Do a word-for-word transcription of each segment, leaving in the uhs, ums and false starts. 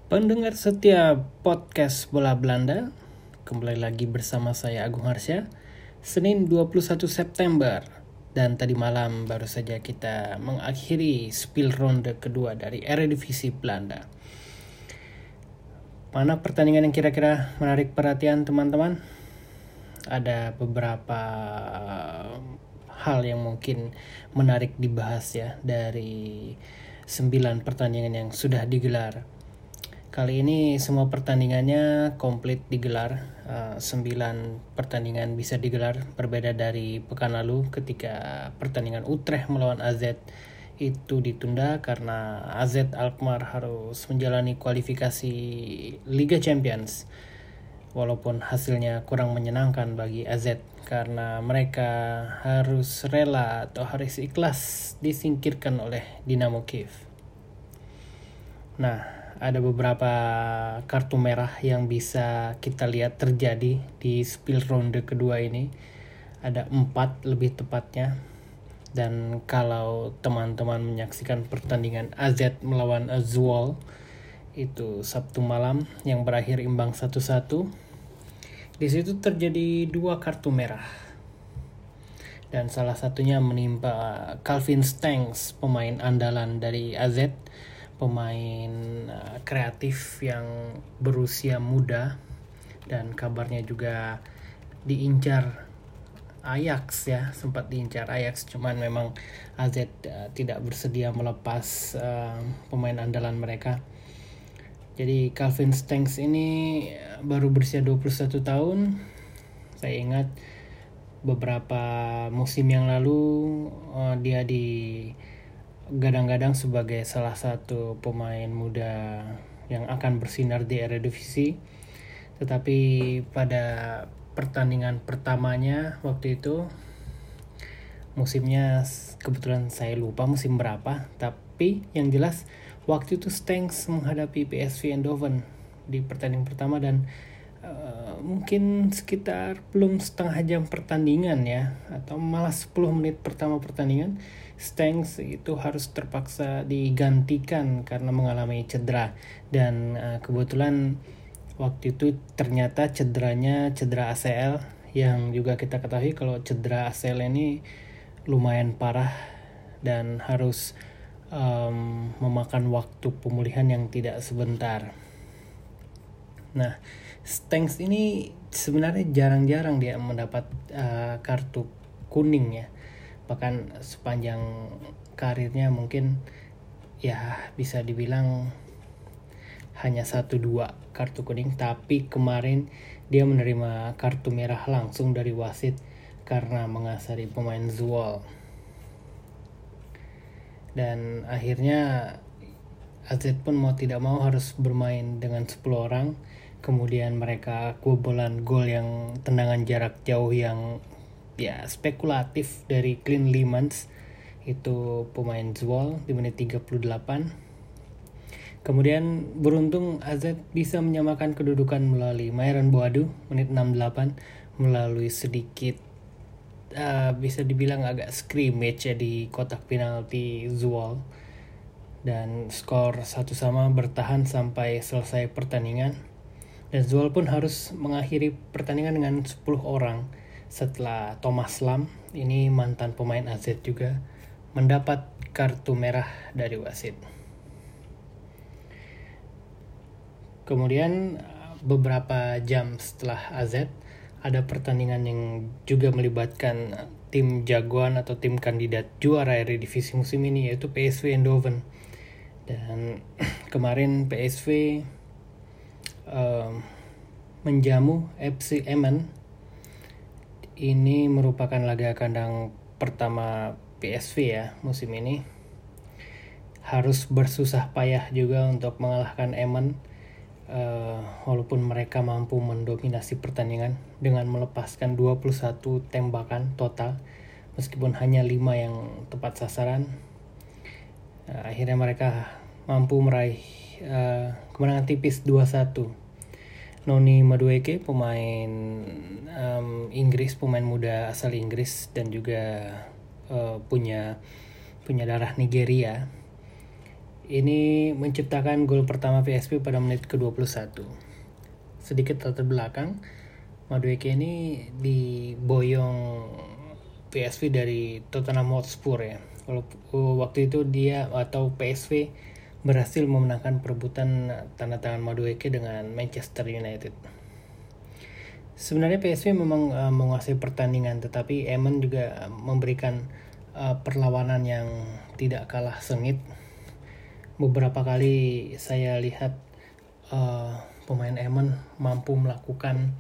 Pendengar setia podcast Bola Belanda, kembali lagi bersama saya Agung Harsya. Senin dua puluh satu September, dan tadi malam baru saja kita mengakhiri spill ronde kedua dari Eredivisie Belanda. Mana pertandingan yang kira-kira menarik perhatian teman-teman? Ada beberapa hal yang mungkin menarik dibahas ya dari sembilan pertandingan yang sudah digelar. Kali ini semua pertandingannya komplit digelar, uh, sembilan pertandingan bisa digelar, berbeda dari pekan lalu ketika pertandingan Utrecht melawan A Z itu ditunda karena A Z Alkmaar harus menjalani kualifikasi Liga Champions. Walaupun hasilnya kurang menyenangkan bagi A Z karena mereka harus rela atau harus ikhlas disingkirkan oleh Dynamo Kiev. Nah, ada beberapa kartu merah yang bisa kita lihat terjadi di spill ronde kedua ini. Ada empat lebih tepatnya. Dan kalau teman-teman menyaksikan pertandingan A Z melawan Zwolle itu Sabtu malam yang berakhir imbang satu satu, di situ terjadi dua kartu merah. Dan salah satunya menimpa Calvin Stengs, pemain andalan dari A Z, pemain uh, kreatif yang berusia muda dan kabarnya juga diincar Ajax ya, sempat diincar Ajax, cuman memang A Z uh, tidak bersedia melepas uh, pemain andalan mereka. Jadi Calvin Stengs ini baru berusia dua puluh satu tahun. Saya ingat beberapa musim yang lalu uh, dia di gadang-gadang sebagai salah satu pemain muda yang akan bersinar di Eredivisie. Tetapi pada pertandingan pertamanya waktu itu, musimnya kebetulan saya lupa musim berapa, tapi yang jelas waktu itu Stengs menghadapi P S V Eindhoven di pertandingan pertama dan uh, mungkin sekitar belum setengah jam pertandingan ya, atau malah sepuluh menit pertama pertandingan, Stengs itu harus terpaksa digantikan karena mengalami cedera. Dan uh, kebetulan waktu itu ternyata cederanya cedera A C L, yang juga kita ketahui kalau cedera A C L ini lumayan parah dan harus um, memakan waktu pemulihan yang tidak sebentar. Nah, Stengs ini sebenarnya jarang-jarang dia mendapat uh, kartu kuning ya. Bahkan sepanjang karirnya mungkin ya bisa dibilang hanya satu dua kartu kuning. Tapi kemarin dia menerima kartu merah langsung dari wasit karena mengasari pemain Zwolle. Dan akhirnya A Z pun mau tidak mau harus bermain dengan sepuluh orang. Kemudian mereka kebobolan gol yang tendangan jarak jauh yang ya spekulatif dari Clint Leemans, itu pemain Zwolle di menit tiga puluh delapan. Kemudian beruntung A Z bisa menyamakan kedudukan melalui Myron Boadu menit enam puluh delapan melalui sedikit uh, bisa dibilang agak scrimmage ya di kotak penalti Zwolle. Dan skor satu sama bertahan sampai selesai pertandingan. Dan Zwolle pun harus mengakhiri pertandingan dengan sepuluh orang setelah Thomas Lam, ini mantan pemain A Z juga, mendapat kartu merah dari wasit. Kemudian beberapa jam setelah A Z ada pertandingan yang juga melibatkan tim jagoan atau tim kandidat juara Eredivisie musim ini, yaitu P S V Eindhoven. Dan kemarin P S V um, menjamu F C Emmen. Ini merupakan laga kandang pertama P S V ya musim ini. Harus bersusah payah juga untuk mengalahkan Emmen, uh, walaupun mereka mampu mendominasi pertandingan dengan melepaskan dua puluh satu tembakan total, meskipun hanya lima yang tepat sasaran. Uh, akhirnya mereka mampu meraih uh, kemenangan tipis dua satu. Noni Madueke, pemain um, Inggris, pemain muda asal Inggris dan juga uh, punya punya darah Nigeria, Ini menciptakan gol pertama P S V pada menit ke dua puluh satu. Sedikit latar belakang, Madueke ini diboyong P S V dari Tottenham Hotspur ya. Waktu itu dia atau P S V berhasil memenangkan perebutan tanda tangan Madueke dengan Manchester United. Sebenarnya P S V memang uh, menguasai pertandingan, tetapi Emmen juga memberikan uh, perlawanan yang tidak kalah sengit. Beberapa kali saya lihat uh, pemain Emmen mampu melakukan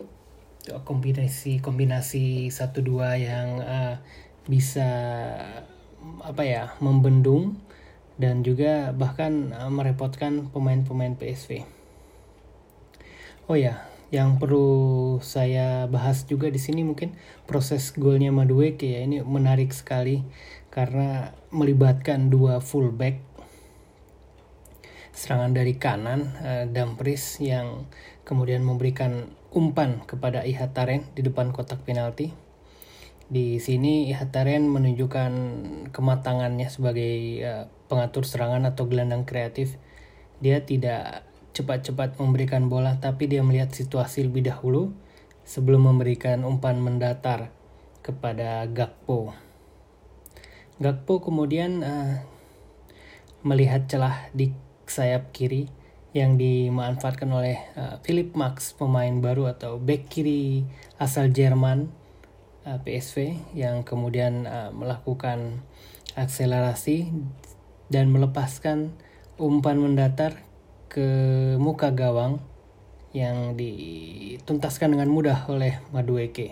kombinasi-kombinasi satu dua yang uh, bisa apa ya membendung dan juga bahkan uh, merepotkan pemain-pemain P S V. Oh ya, yang perlu saya bahas juga di sini mungkin proses golnya Madueke ya, ini menarik sekali karena melibatkan dua fullback. Serangan dari kanan, uh, Dumfries yang kemudian memberikan umpan kepada Ihataren di depan kotak penalti. Di sini Ihataren menunjukkan kematangannya sebagai uh, pengatur serangan atau gelandang kreatif. Dia tidak cepat-cepat memberikan bola, tapi dia melihat situasi lebih dahulu sebelum memberikan umpan mendatar kepada Gakpo. Gakpo kemudian uh, melihat celah di sayap kiri yang dimanfaatkan oleh uh, Philipp Max, pemain baru atau bek kiri asal Jerman uh, P S V, yang kemudian uh, melakukan akselerasi dan melepaskan umpan mendatar ke muka gawang yang dituntaskan dengan mudah oleh Madueke.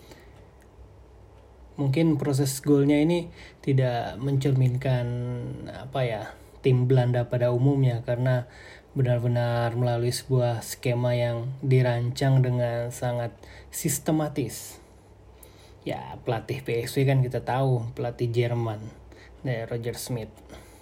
Mungkin proses golnya ini tidak mencerminkan apa ya tim Belanda pada umumnya, karena benar-benar melalui sebuah skema yang dirancang dengan sangat sistematis. Ya, pelatih P S V kan kita tahu, pelatih Jerman, dari Roger Schmidt.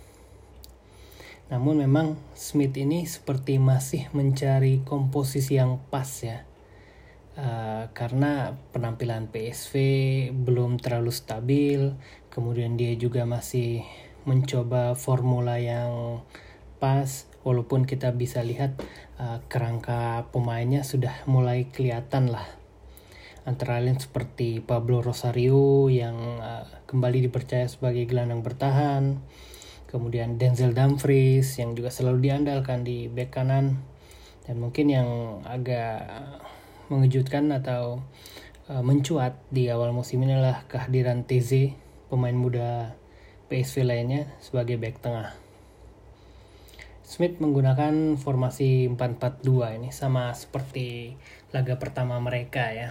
Namun memang Schmidt ini seperti masih mencari komposisi yang pas ya. Uh, karena penampilan P S V belum terlalu stabil, kemudian dia juga masih mencoba formula yang pas, walaupun kita bisa lihat uh, kerangka pemainnya sudah mulai kelihatan lah. Antara lain seperti Pablo Rosario yang uh, kembali dipercaya sebagai gelandang bertahan, kemudian Denzel Dumfries yang juga selalu diandalkan di bek kanan, dan mungkin yang agak mengejutkan atau uh, mencuat di awal musim ini adalah kehadiran T Z, pemain muda P S V lainnya, sebagai bek tengah. Schmidt menggunakan formasi empat empat dua ini sama seperti laga pertama mereka ya.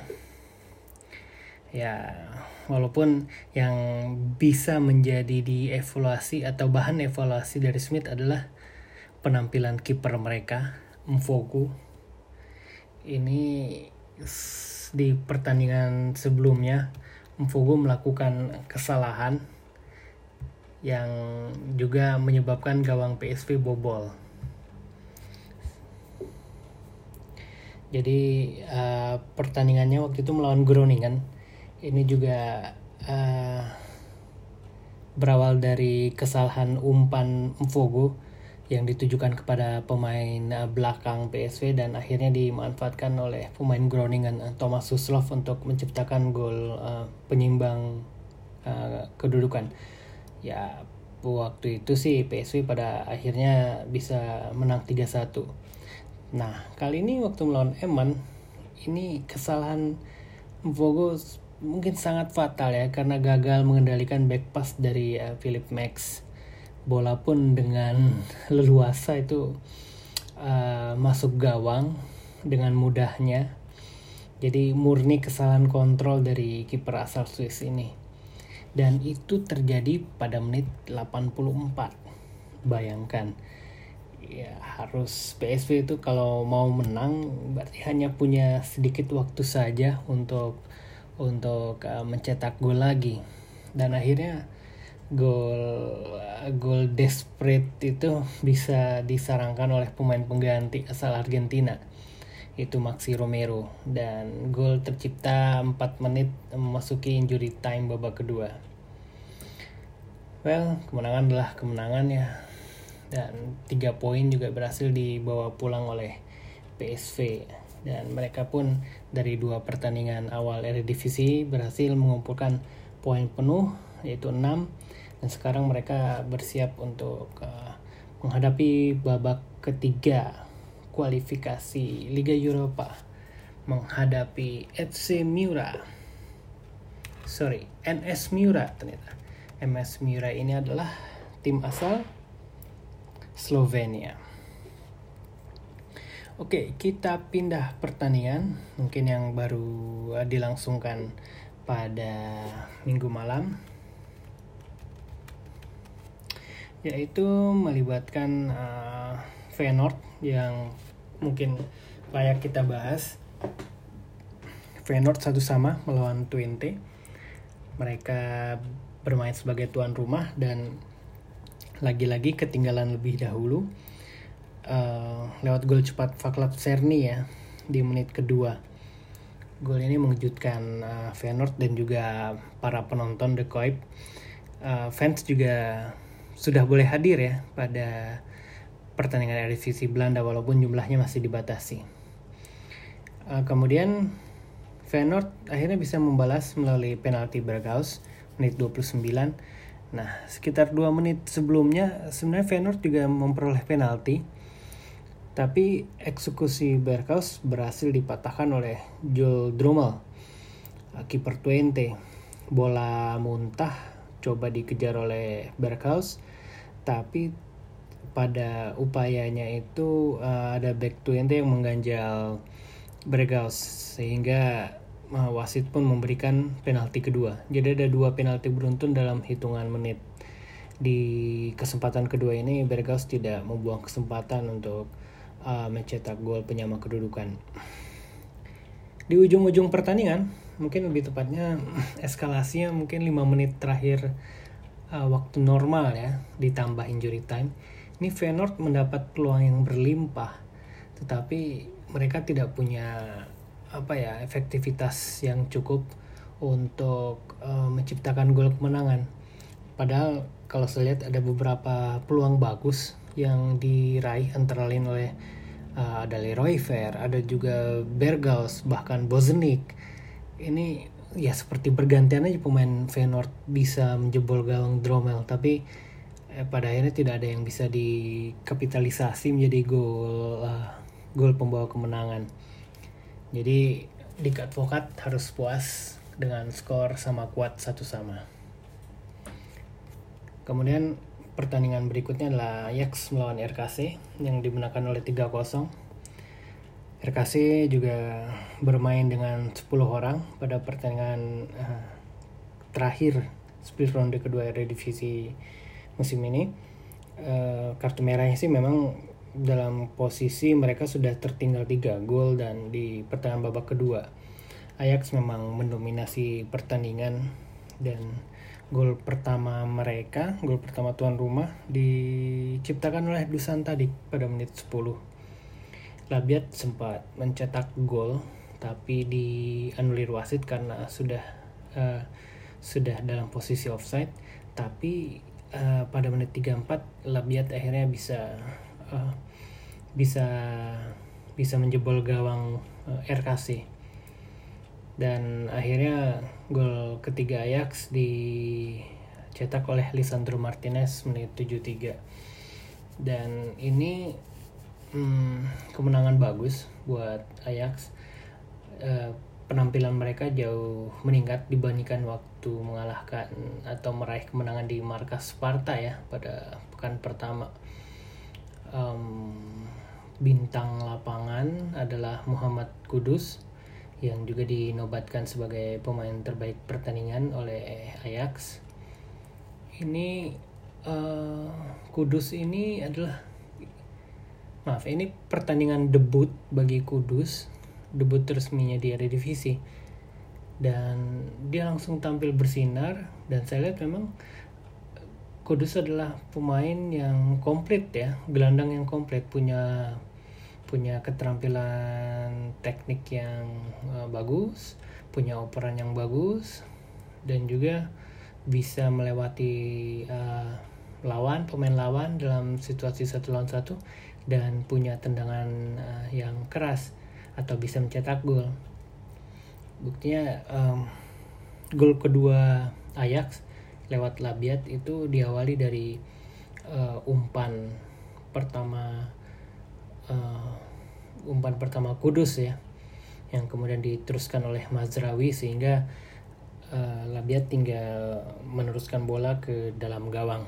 Ya, walaupun yang bisa menjadi dievaluasi atau bahan evaluasi dari Schmidt adalah penampilan kiper mereka, Mfogu. Ini di pertandingan sebelumnya Mfogu melakukan kesalahan yang juga menyebabkan gawang P S V bobol. Jadi uh, pertandingannya waktu itu melawan Groningen ini juga uh, berawal dari kesalahan umpan Mfogo yang ditujukan kepada pemain uh, belakang P S V dan akhirnya dimanfaatkan oleh pemain Groningen uh, Thomas Suslov untuk menciptakan gol uh, penyimbang uh, kedudukan. Ya, waktu itu sih P S V pada akhirnya bisa menang tiga satu. Nah, kali ini waktu melawan Emmen, ini kesalahan Mfogo mungkin sangat fatal ya, karena gagal mengendalikan back pass dari uh, Philipp Max. Bola pun dengan leluasa itu uh, masuk gawang dengan mudahnya. Jadi murni kesalahan kontrol dari kiper asal Swiss ini. Dan itu terjadi pada menit delapan puluh empat. Bayangkan, ya harus P S V itu kalau mau menang berarti hanya punya sedikit waktu saja untuk untuk uh, mencetak gol lagi. Dan akhirnya gol uh, gol desperate itu bisa disarangkan oleh pemain pengganti asal Argentina, itu Maxi Romero, dan gol tercipta empat menit memasuki injury time babak kedua. Well, kemenangan adalah kemenangan ya. dan tiga poin juga berhasil dibawa pulang oleh P S V, dan mereka pun dari dua pertandingan awal Eredivisie berhasil mengumpulkan poin penuh yaitu enam, dan sekarang mereka bersiap untuk uh, menghadapi babak ketiga kualifikasi Liga Eropa, menghadapi F C Miura sorry N S Miura. Ternyata M S Miura ini adalah tim asal Slovenia. Oke, kita pindah pertandingan mungkin yang baru dilangsungkan pada minggu malam, yaitu melibatkan uh, Feyenoord yang mungkin layak kita bahas. Feyenoord satu sama melawan Twente. Mereka bermain sebagai tuan rumah dan lagi-lagi ketinggalan lebih dahulu Uh, lewat gol cepat Vaclav Cerny ya di menit kedua. Gol ini mengejutkan uh, Feyenoord dan juga para penonton De Kuip. Uh, fans juga sudah boleh hadir ya pada pertandingan Eredivisie Belanda walaupun jumlahnya masih dibatasi. Uh, kemudian Feyenoord akhirnya bisa membalas melalui penalti Berghuis menit dua puluh sembilan. Nah, sekitar dua menit sebelumnya sebenarnya Feyenoord juga memperoleh penalti, tapi eksekusi Berghuis berhasil dipatahkan oleh Joel Drommel, kiper Twente. Bola muntah coba dikejar oleh Berghuis, tapi pada upayanya itu uh, ada back Twente yang mengganjal Berghuis, sehingga uh, wasit pun memberikan penalti kedua. Jadi ada dua penalti beruntun dalam hitungan menit. Di kesempatan kedua ini Berghuis tidak membuang kesempatan untuk Uh, mencetak gol penyama kedudukan. Di ujung-ujung pertandingan, mungkin lebih tepatnya eskalasinya mungkin lima menit terakhir uh, waktu normal ya, ditambah injury time. Ini Feyenoord mendapat peluang yang berlimpah, tetapi mereka tidak punya apa ya efektivitas yang cukup untuk uh, menciptakan gol kemenangan. Padahal kalau saya lihat ada beberapa peluang bagus yang diraih, antara lain oleh uh, ada Leroy Fer, ada juga Berghuis, bahkan Bozenic. Ini ya seperti bergantian aja pemain Feyenoord bisa menjebol gawang Drommel, tapi eh, pada akhirnya tidak ada yang bisa dikapitalisasi menjadi gol uh, gol pembawa kemenangan. Jadi Dick Advocaat harus puas dengan skor sama kuat satu sama. Kemudian pertandingan berikutnya adalah Ajax melawan R K C yang dimenangkan oleh tiga kosong. R K C juga bermain dengan sepuluh orang pada pertandingan uh, terakhir split ronde kedua Eredivisie musim ini. Uh, kartu merahnya sih memang dalam posisi mereka sudah tertinggal tiga gol, dan di pertandingan babak kedua Ajax memang mendominasi pertandingan, dan gol pertama mereka, gol pertama tuan rumah diciptakan oleh Dusan Tadic pada menit sepuluh. Labiat sempat mencetak gol tapi dianulir wasit karena sudah uh, sudah dalam posisi offside, tapi uh, pada menit tiga puluh empat Labiat akhirnya bisa uh, bisa bisa menjebol gawang uh, R K C. Dan akhirnya gol ketiga Ajax dicetak oleh Lisandro Martinez menit tujuh puluh tiga. Dan ini hmm, kemenangan bagus buat Ajax. E, penampilan mereka jauh meningkat dibandingkan waktu mengalahkan atau meraih kemenangan di markas Sparta ya pada pekan pertama. Um, bintang lapangan adalah Muhammad Kudus yang juga dinobatkan sebagai pemain terbaik pertandingan oleh Ajax. Ini uh, Kudus ini adalah maaf ini pertandingan debut bagi Kudus, debut resminya di Eredivisie, dan dia langsung tampil bersinar. Dan saya lihat memang Kudus adalah pemain yang komplit ya, gelandang yang komplit, punya punya keterampilan teknik yang uh, bagus, punya operan yang bagus, dan juga bisa melewati uh, lawan, pemain lawan dalam situasi satu lawan satu dan punya tendangan uh, yang keras atau bisa mencetak gol. Buktinya um, gol kedua Ajax lewat Labiat itu diawali dari uh, umpan pertama uh, umpan pertama Kudus ya, yang kemudian diteruskan oleh Mazraoui sehingga uh, Labiat tinggal meneruskan bola ke dalam gawang.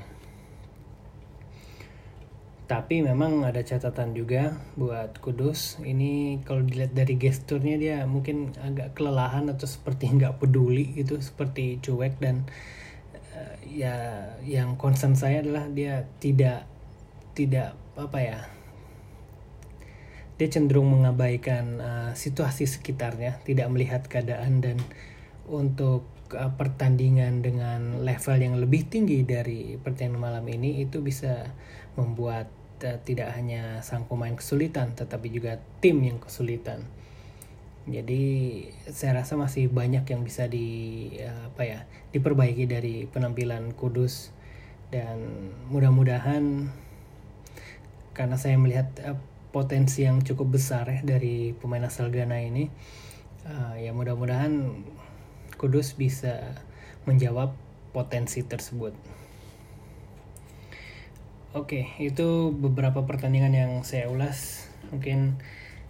Tapi memang ada catatan juga buat Kudus. Ini kalau dilihat dari gesturnya dia mungkin agak kelelahan atau seperti nggak peduli gitu, seperti cuek. Dan uh, ya yang concern saya adalah dia tidak tidak apa ya, dia cenderung mengabaikan uh, situasi sekitarnya, tidak melihat keadaan. Dan untuk uh, pertandingan dengan level yang lebih tinggi dari pertandingan malam ini itu bisa membuat uh, tidak hanya sang pemain kesulitan, tetapi juga tim yang kesulitan. Jadi saya rasa masih banyak yang bisa di uh, apa ya diperbaiki dari penampilan Kudus, dan mudah-mudahan, karena saya melihat uh, potensi yang cukup besar ya dari pemain asal Ghana ini, uh, ya mudah-mudahan Kudus bisa menjawab potensi tersebut. Oke, itu beberapa pertandingan yang saya ulas. Mungkin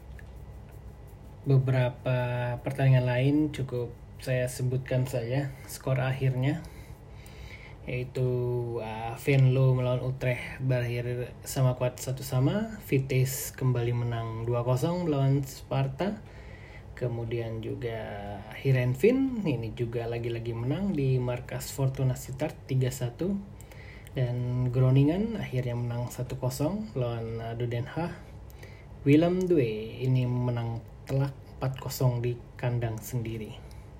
beberapa pertandingan lain cukup saya sebutkan saja skor akhirnya, yaitu uh, Venlo melawan Utrecht berakhir sama kuat satu sama. Vitesse kembali menang dua kosong melawan Sparta. Kemudian juga Heerenveen ini juga lagi-lagi menang di markas Fortuna Sittard tiga satu. Dan Groningen akhirnya menang satu kosong lawan Ado Den Haag. Willem II ini menang telak empat kosong di kandang sendiri.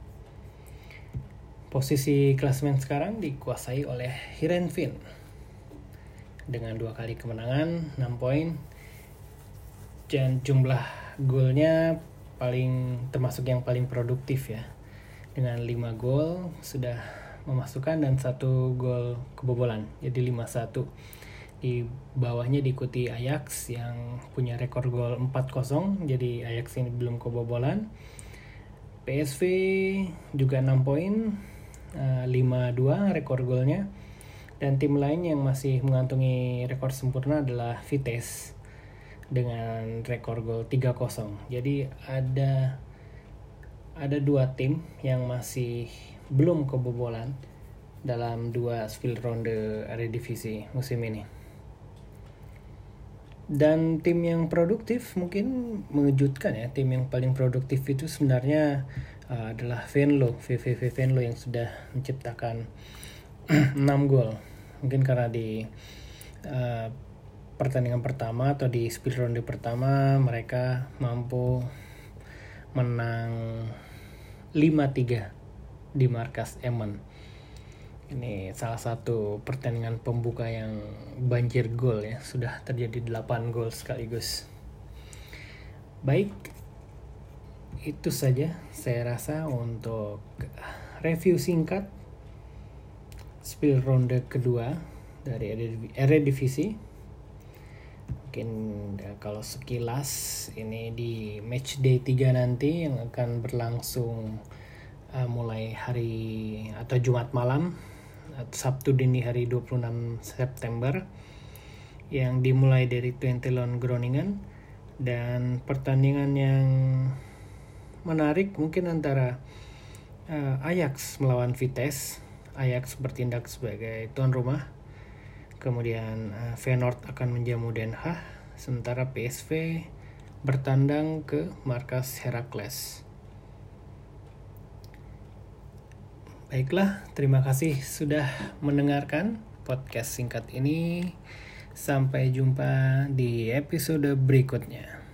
Posisi klasemen sekarang dikuasai oleh Heerenveen dengan dua kali kemenangan, enam poin. Dan jumlah golnya paling termasuk yang paling produktif ya, dengan lima gol sudah memasukkan dan satu gol kebobolan, jadi lima satu. Di bawahnya diikuti Ajax yang punya rekor gol empat kosong, jadi Ajax ini belum kebobolan. P S V juga enam poin, lima dua rekor golnya. Dan tim lain yang masih mengantungi rekor sempurna adalah Vitesse dengan rekor gol tiga kosong. Jadi ada ada dua tim yang masih belum kebobolan dalam dua Speelronde Eredivisie musim ini. Dan tim yang produktif mungkin mengejutkan ya. Tim yang paling produktif itu sebenarnya uh, adalah Venlo, V V V Venlo yang sudah menciptakan enam gol. Mungkin karena di uh, pertandingan pertama atau di Speelronde pertama mereka mampu menang lima tiga di markas Emmen. Ini salah satu pertandingan pembuka yang banjir gol ya, sudah terjadi delapan gol sekaligus. Baik, itu saja saya rasa untuk review singkat Speelronde kedua dari Eredivisie. Mungkin kalau sekilas ini di match day tiga nanti yang akan berlangsung uh, mulai hari atau Jumat malam, Sabtu dini hari dua puluh enam September, yang dimulai dari Twente lawan Groningen. Dan pertandingan yang menarik mungkin antara uh, Ajax melawan Vitesse. Ajax bertindak sebagai tuan rumah, kemudian uh, Feyenoord akan menjamu Den Haag, sementara P S V bertandang ke markas Heracles. Baiklah, terima kasih sudah mendengarkan podcast singkat ini. Sampai jumpa di episode berikutnya.